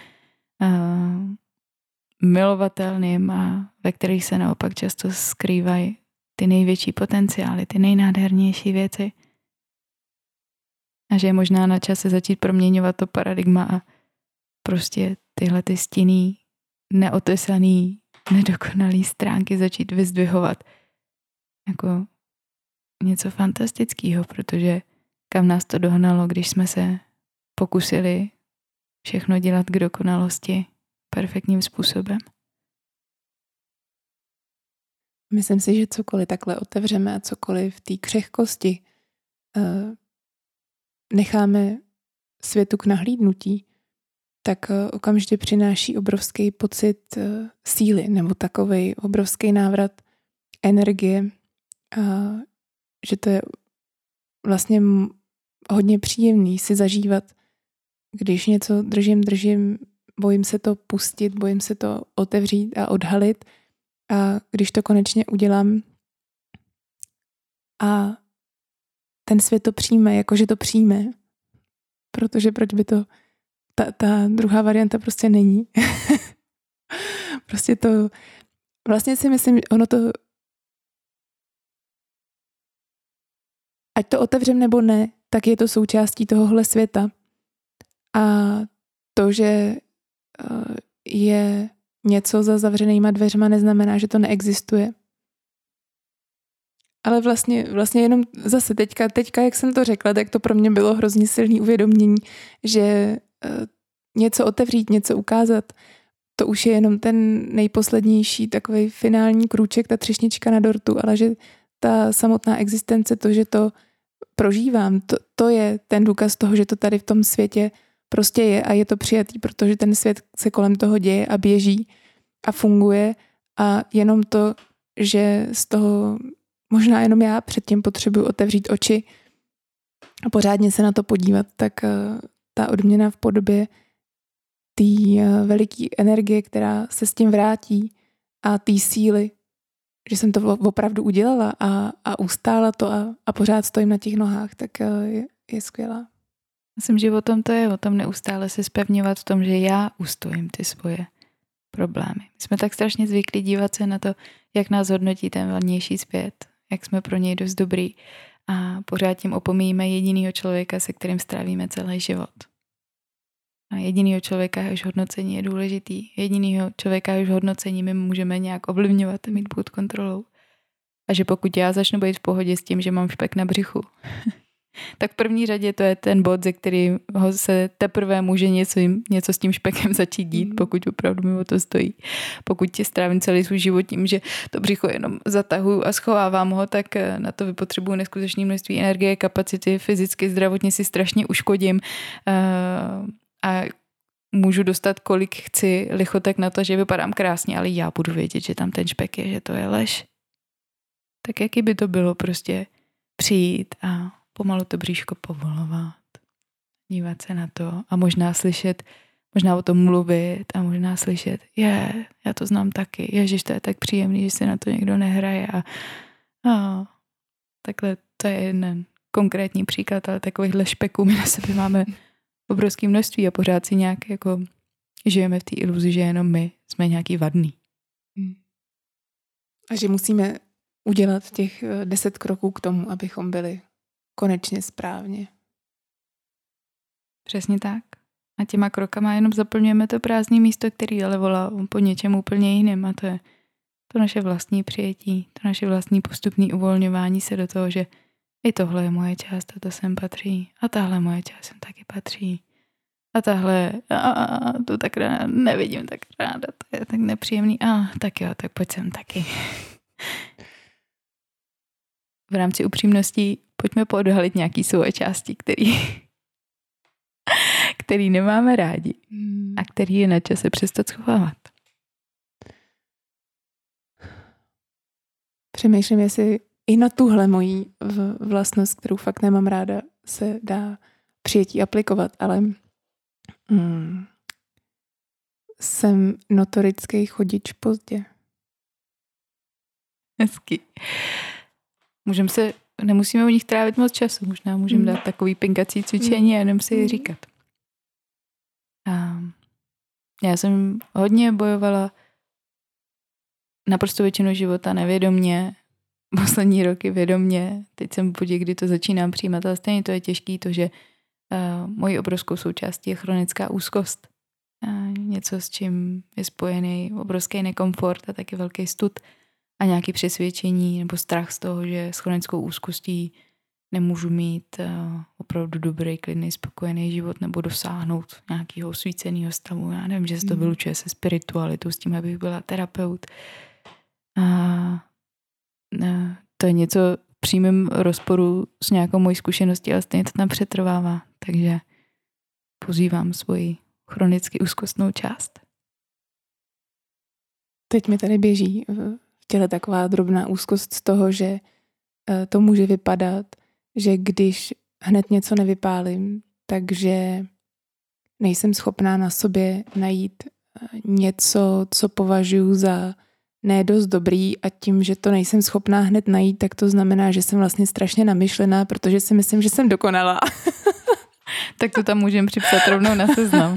[SPEAKER 1] milovatelným a ve kterých se naopak často skrývají ty největší potenciály, ty nejnádhernější věci. A že je možná na čase začít proměňovat to paradigma a prostě tyhle ty stinný, neotesaný, nedokonalý stránky začít vyzdvihovat jako něco fantastického, protože kam nás to dohnalo, když jsme se pokusili všechno dělat k dokonalosti perfektním způsobem.
[SPEAKER 2] Myslím si, že cokoliv takhle otevřeme a cokoliv v té křehkosti necháme světu k nahlídnutí, tak okamžitě přináší obrovský pocit síly nebo takovej obrovský návrat energie, že to je vlastně hodně příjemný si zažívat, když něco držím, bojím se to pustit, bojím se to otevřít a odhalit a když to konečně udělám a ten svět to přijme, jakože to přijme, protože proč by to ta druhá varianta prostě není. Prostě to vlastně si myslím, ono to ať to otevřem nebo ne, tak je to součástí tohohle světa. A to, že je něco za zavřenýma dveřma, neznamená, že to neexistuje. Ale vlastně jenom zase teďka, jak jsem to řekla, tak to pro mě bylo hrozně silné uvědomění, že něco otevřít, něco ukázat, to už je jenom ten nejposlednější takovej finální krůček, ta třešnička na dortu, ale že ta samotná existence, to, že to prožívám, to je ten důkaz toho, že to tady v tom světě prostě je a je to přijatý, protože ten svět se kolem toho děje a běží a funguje a jenom to, že z toho možná jenom já předtím potřebuji otevřít oči a pořádně se na to podívat, tak ta odměna v podobě té veliké energie, která se s tím vrátí a té síly, že jsem to opravdu udělala a ustála to a pořád stojím na těch nohách, tak je skvělá.
[SPEAKER 1] Myslím, že o tom to je, o tom neustále se zpevňovat v tom, že já ustojím ty svoje problémy. My jsme tak strašně zvyklí dívat se na to, jak nás hodnotí ten vnější svět, jak jsme pro něj dost dobrý a pořád tím opomíjíme jedinýho člověka, se kterým strávíme celý život. A jedinýho člověka, jehož hodnocení je důležitý. Jedinýho člověka, jehož hodnocení my můžeme nějak ovlivňovat a mít pod kontrolou. A že pokud já začnu být v pohodě s tím, že mám špek na břichu, tak v první řadě to je ten bod, ze kterého se teprve může něco s tím špekem začít dít, pokud opravdu mi o to stojí. Pokud ti strávím celý svůj život tím, že to břicho jenom zatahuju a schovávám ho, tak na to vypotřebuju neskutečné množství energie, kapacity, fyzicky, zdravotně si strašně uškodím a můžu dostat, kolik chci lichotek na to, že vypadám krásně, ale já budu vědět, že tam ten špek je, že to je lež. Tak jaký by to bylo prostě přijít a pomalu to bříško povolovat, dívat se na to a možná slyšet, možná o tom mluvit a možná slyšet, já to znám taky, ježiš, to je tak příjemný, že se na to někdo nehraje a takhle to je jeden konkrétní příklad, ale takovýchhle špeků my na sebe máme obrovské množství a pořád si nějak jako žijeme v té iluzi, že jenom my jsme nějaký vadný.
[SPEAKER 2] A že musíme udělat těch 10 kroků k tomu, abychom byli konečně správně.
[SPEAKER 1] Přesně tak. A těma krokama jenom zaplňujeme to prázdné místo, který ale volá po něčem úplně jiném a to je to naše vlastní přijetí, to naše vlastní postupné uvolňování se do toho, že i tohle je moje část a to sem patří a tahle moje část sem taky patří. A tahle, tu tak nevidím tak ráda, to je tak nepříjemný. Tak jo, tak pojď sem taky. V rámci upřímnosti pojďme poodhalit nějaký svoje části, který nemáme rádi a který je na čase přestat schovávat.
[SPEAKER 2] Přemýšlím, jestli i na tuhle moji vlastnost, kterou fakt nemám ráda, se dá přijetí aplikovat, ale jsem notorický chodič pozdě.
[SPEAKER 1] Hezky. Nemusíme u nich trávit moc času, možná můžeme dát takový pinkací cvičení a jenom si je říkat. Já jsem hodně bojovala naprosto většinu života nevědomně, poslední roky vědomně, teď jsem v bodě, kdy to začínám přijímat, ale stejně to je těžký, to, že mojí obrovskou součástí je chronická úzkost. Něco, s čím je spojený obrovský nekomfort a taky velký stud a nějaké přesvědčení nebo strach z toho, že s chronickou úzkostí nemůžu mít opravdu dobrý, klidný, spokojený život nebo dosáhnout nějakého osvíceného stavu. Já nevím, že se to vylučuje se spiritualitou, s tím, abych byla terapeut. To je něco v přímém rozporu s nějakou mojí zkušeností, ale stejně to tam přetrvává. Takže pozývám svoji chronicky úzkostnou část.
[SPEAKER 2] Teď mi tady běží v těle taková drobná úzkost z toho, že to může vypadat, že když hned něco nevypálím, takže nejsem schopná na sobě najít něco, co považuji za ne dost dobrý a tím, že to nejsem schopná hned najít, tak to znamená, že jsem vlastně strašně namyšlená, protože si myslím, že jsem dokonalá.
[SPEAKER 1] Tak to tam můžeme připsat rovnou na seznam.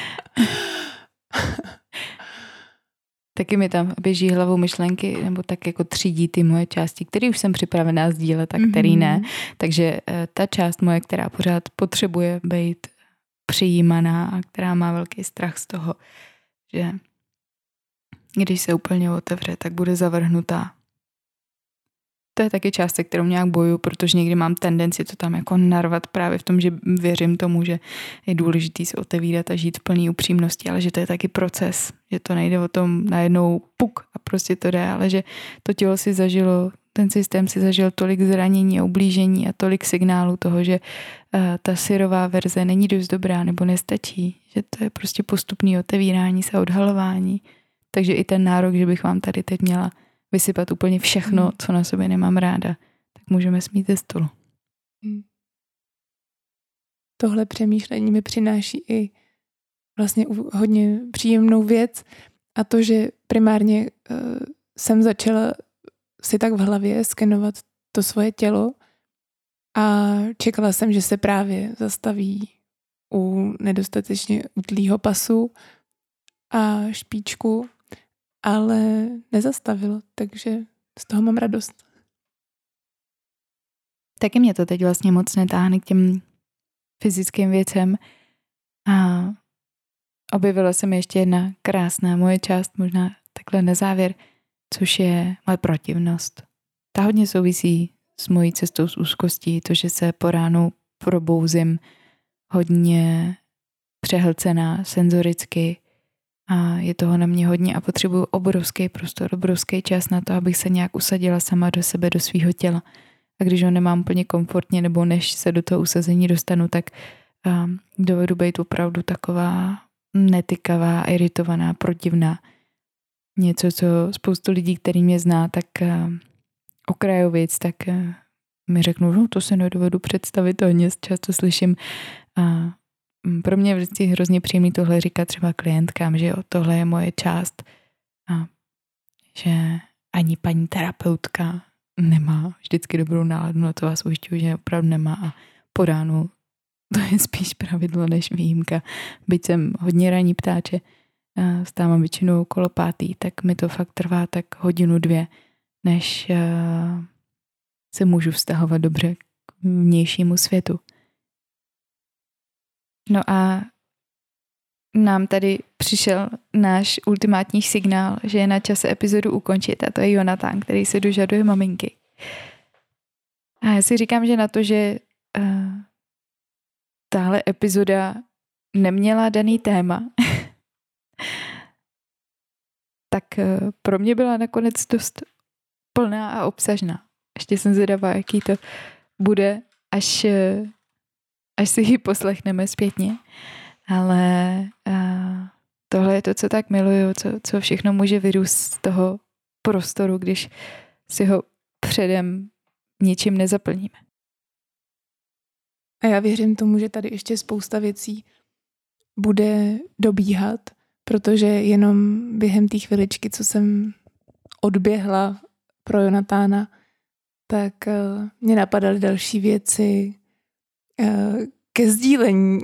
[SPEAKER 1] Taky mi tam běží hlavou myšlenky, nebo tak jako třídí ty moje části, které už jsem připravená sdílet a který ne. Takže ta část moje, která pořád potřebuje být přijímaná a která má velký strach z toho, že když se úplně otevře, tak bude zavrhnutá. To je taky část, se kterou nějak bojuju, protože někdy mám tendenci to tam jako narvat právě v tom, že věřím tomu, že je důležitý se otevírat a žít v plný upřímnosti, ale že to je taky proces, že to nejde o tom najednou puk a prostě to jde, ale že to tělo si zažilo, ten systém si zažil tolik zranění a ublížení a tolik signálů toho, že ta syrová verze není dost dobrá nebo nestačí, že to je prostě postupný otevírání se, odhalování. Takže i ten nárok, že bych vám tady teď měla vysypat úplně všechno, co na sobě nemám ráda, tak můžeme smít ze stolu.
[SPEAKER 2] Tohle přemýšlení mi přináší i vlastně hodně příjemnou věc a to, že primárně jsem začala si tak v hlavě skenovat to svoje tělo a čekala jsem, že se právě zastaví u nedostatečně utlýho pasu a špičku, ale nezastavilo, takže z toho mám radost.
[SPEAKER 1] Taky mě to teď vlastně moc netáhne k těm fyzickým věcem a objevila se mi ještě jedna krásná moje část, možná takhle na závěr, což je moje protivnost. Ta hodně souvisí s mojí cestou z úzkostí, to, že se po ránu probouzím hodně přehlcená senzoricky a je toho na mě hodně a potřebuju obrovský prostor, obrovský čas na to, abych se nějak usadila sama do sebe, do svého těla. A když ho nemám úplně komfortně, nebo než se do toho usazení dostanu, tak dovedu být opravdu taková netykavá, iritovaná, protivná. Něco, co spoustu lidí, který mě zná, tak okrajovic, tak mi řeknou, no to se nedovedu představit, to hodně často slyším. Pro mě je vždycky hrozně příjemný tohle říkat třeba klientkám, že jo, tohle je moje část a že ani paní terapeutka nemá vždycky dobrou náladu, na to vás ujišťuju, že opravdu nemá a po ránu to je spíš pravidlo než výjimka. Byť jsem hodně ranní ptáče, vstávám většinou okolo 5, tak mi to fakt trvá tak 1-2 hodiny, než se můžu vztahovat dobře k vnějšímu světu. No a nám tady přišel náš ultimátní signál, že je na čase epizodu ukončit a to je Jonatán, který se dožaduje maminky. A já si říkám, že na to, že tahle epizoda neměla daný téma, tak pro mě byla nakonec dost plná a obsažná. Ještě jsem zvědavá, jaký to bude, až si ji poslechneme zpětně. Ale tohle je to, co tak miluju, co všechno může vyrůst z toho prostoru, když si ho předem ničím nezaplníme.
[SPEAKER 2] A já věřím tomu, že tady ještě spousta věcí bude dobíhat, protože jenom během té chviličky, co jsem odběhla pro Jonatána, tak mě napadaly další věci ke sdílení.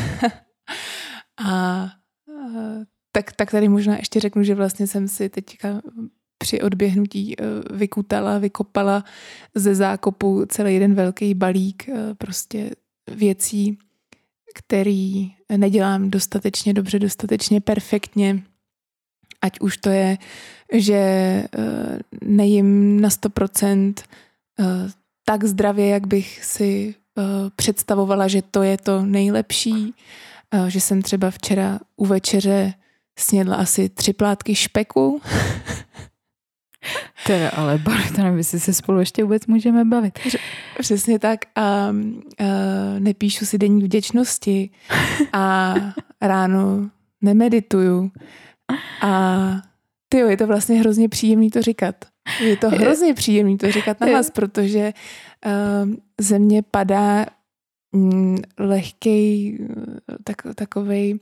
[SPEAKER 2] Tak tady možná ještě řeknu, že vlastně jsem si teďka při odběhnutí vykopala ze zákopu celý jeden velký balík prostě věcí, který nedělám dostatečně dobře, dostatečně perfektně. Ať už to je, že nejím na 100% tak zdravě, jak bych si představovala, že to je to nejlepší. Že jsem třeba včera u večeře snědla asi 3 plátky špeku.
[SPEAKER 1] Teda, ale to nevím, jestli se spolu ještě vůbec můžeme bavit.
[SPEAKER 2] Přesně tak. A nepíšu si deník vděčnosti a ráno nemedituju. A tyjo, je to vlastně hrozně příjemný to říkat. Je to hrozně příjemný to říkat nahlas, protože ze mě padá lehkej takovej,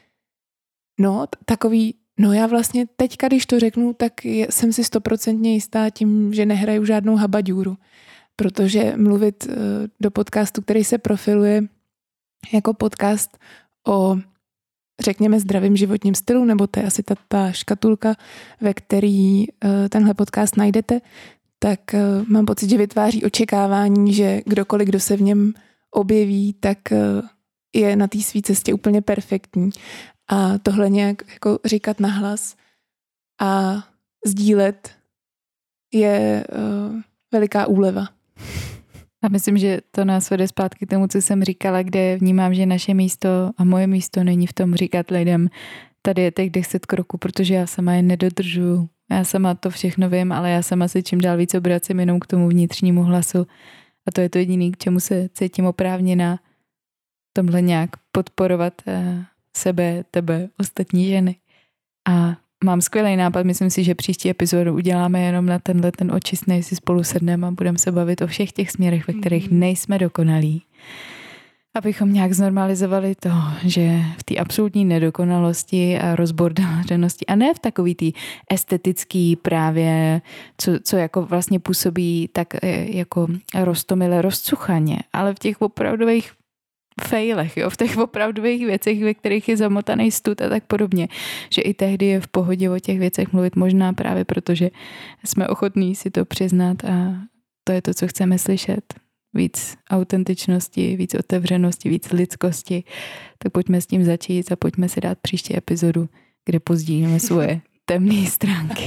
[SPEAKER 2] já vlastně teďka, když to řeknu, tak jsem si 100% jistá tím, že nehraju žádnou habaďůru, protože mluvit do podcastu, který se profiluje jako podcast o, řekněme, zdravým životním stylu, nebo to je asi ta škatulka, ve který tenhle podcast najdete, tak mám pocit, že vytváří očekávání, že kdokoliv, kdo se v něm objeví, tak je na té své cestě úplně perfektní. A tohle nějak jako říkat nahlas a sdílet je veliká úleva.
[SPEAKER 1] A myslím, že to nás vede zpátky tomu, co jsem říkala, kde vnímám, že naše místo a moje místo není v tom říkat lidem, tady je těch 10 kroků, protože já sama je nedodržuju. Já sama to všechno vím, ale já sama se čím dál víc obracím jenom k tomu vnitřnímu hlasu. A to je to jediné, k čemu se cítím oprávněna tomhle nějak podporovat sebe, tebe, ostatní ženy. A mám skvělý nápad, myslím si, že příští epizodu uděláme jenom na ten očistnej, si spolu sedneme a budeme se bavit o všech těch směrech, ve kterých nejsme dokonalí. Abychom nějak znormalizovali to, že v té absolutní nedokonalosti a rozbordařenosti, a ne v takový té estetický právě, co jako vlastně působí tak jako roztomile, rozcuchaně, ale v těch opravdových failech, v těch opravdových věcech, ve kterých je zamotaný stud a tak podobně, že i tehdy je v pohodě o těch věcech mluvit, možná právě protože jsme ochotní si to přiznat a to je to, co chceme slyšet. Víc autentičnosti, víc otevřenosti, víc lidskosti, tak pojďme s tím začít a pojďme si dát příští epizodu, kde pozdílíme svoje temné stránky.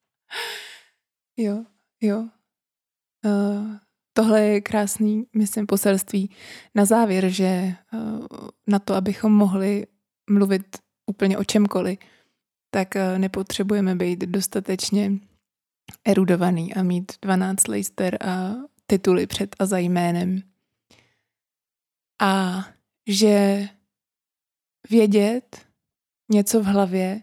[SPEAKER 2] Jo. Tohle je krásný, myslím, poselství na závěr, že na to, abychom mohli mluvit úplně o čemkoliv, tak nepotřebujeme být dostatečně erudovaný a mít 12 lejster a tituly před a za jménem. A že vědět něco v hlavě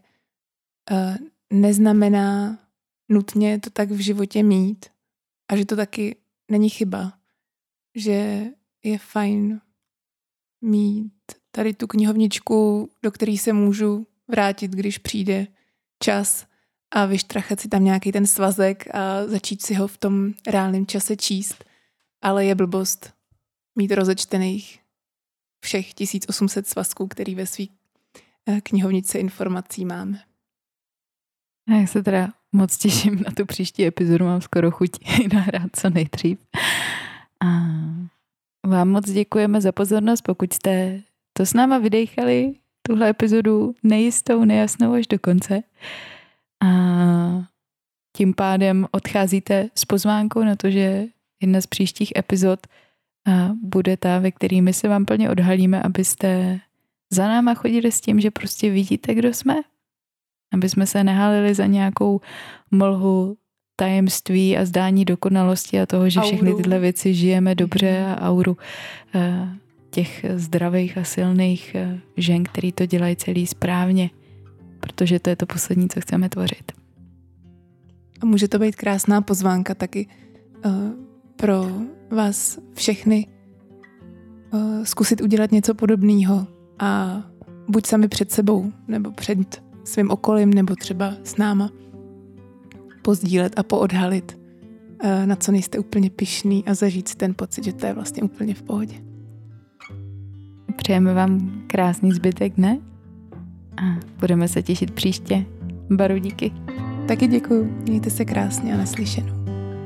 [SPEAKER 2] neznamená nutně to tak v životě mít a že to taky není chyba, že je fajn mít tady tu knihovničku, do které se můžu vrátit, když přijde čas a vyštrachat si tam nějaký ten svazek a začít si ho v tom reálném čase číst. Ale je blbost mít rozečtených všech 1800 svazků, který ve své knihovnici informací máme.
[SPEAKER 1] Já se teda moc těším na tu příští epizodu, mám skoro chuť nahrát co nejdřív. A vám moc děkujeme za pozornost, pokud jste to s náma vydejchali, tuhle epizodu nejistou, nejasnou až do konce. A tím pádem odcházíte s pozvánkou na to, že jedna z příštích epizod bude ta, ve kterými se vám plně odhalíme, abyste za náma chodili s tím, že prostě vidíte, kdo jsme. Aby jsme se nehalili za nějakou mlhu tajemství a zdání dokonalosti a toho, že všechny tyhle věci žijeme dobře a auru těch zdravých a silných žen, který to dělají celý správně. Protože to je to poslední, co chceme tvořit.
[SPEAKER 2] A může to být krásná pozvánka taky pro vás všechny zkusit udělat něco podobného a buď sami před sebou, nebo před svým okolím, nebo třeba s náma pozdílet a poodhalit, na co nejste úplně pyšný a zažít si ten pocit, že to je vlastně úplně v pohodě.
[SPEAKER 1] Přejeme vám krásný zbytek dne a budeme se těšit příště. Baru, díky.
[SPEAKER 2] Taky děkuju. Mějte se krásně a naslyšenou.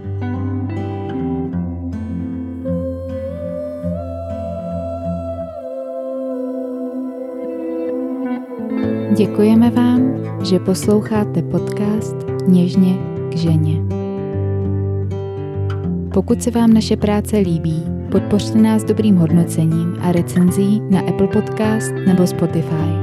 [SPEAKER 1] Děkujeme vám, že posloucháte podcast Něžně k ženě. Pokud se vám naše práce líbí, podpořte nás dobrým hodnocením a recenzí na Apple Podcast nebo Spotify.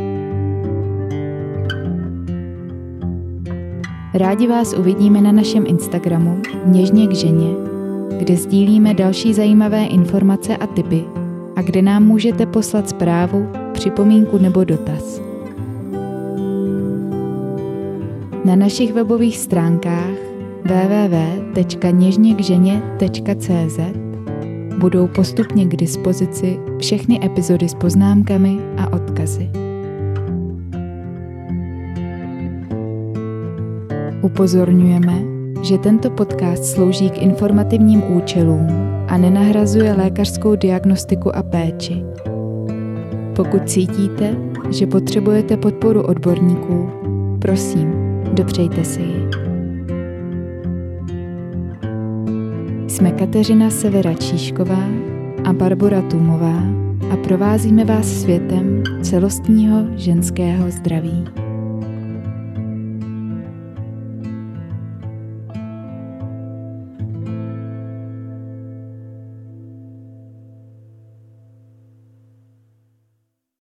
[SPEAKER 1] Rádi vás uvidíme na našem Instagramu Něžně k ženě, kde sdílíme další zajímavé informace a tipy a kde nám můžete poslat zprávu, připomínku nebo dotaz. Na našich webových stránkách www.něžněkženě.cz budou postupně k dispozici všechny epizody s poznámkami a odkazy. Upozorňujeme, že tento podcast slouží k informativním účelům a nenahrazuje lékařskou diagnostiku a péči. Pokud cítíte, že potřebujete podporu odborníků, prosím, dopřejte si ji. Jsme Kateřina Severa Číšková a Barbora Tůmová a provázíme vás světem celostního ženského zdraví.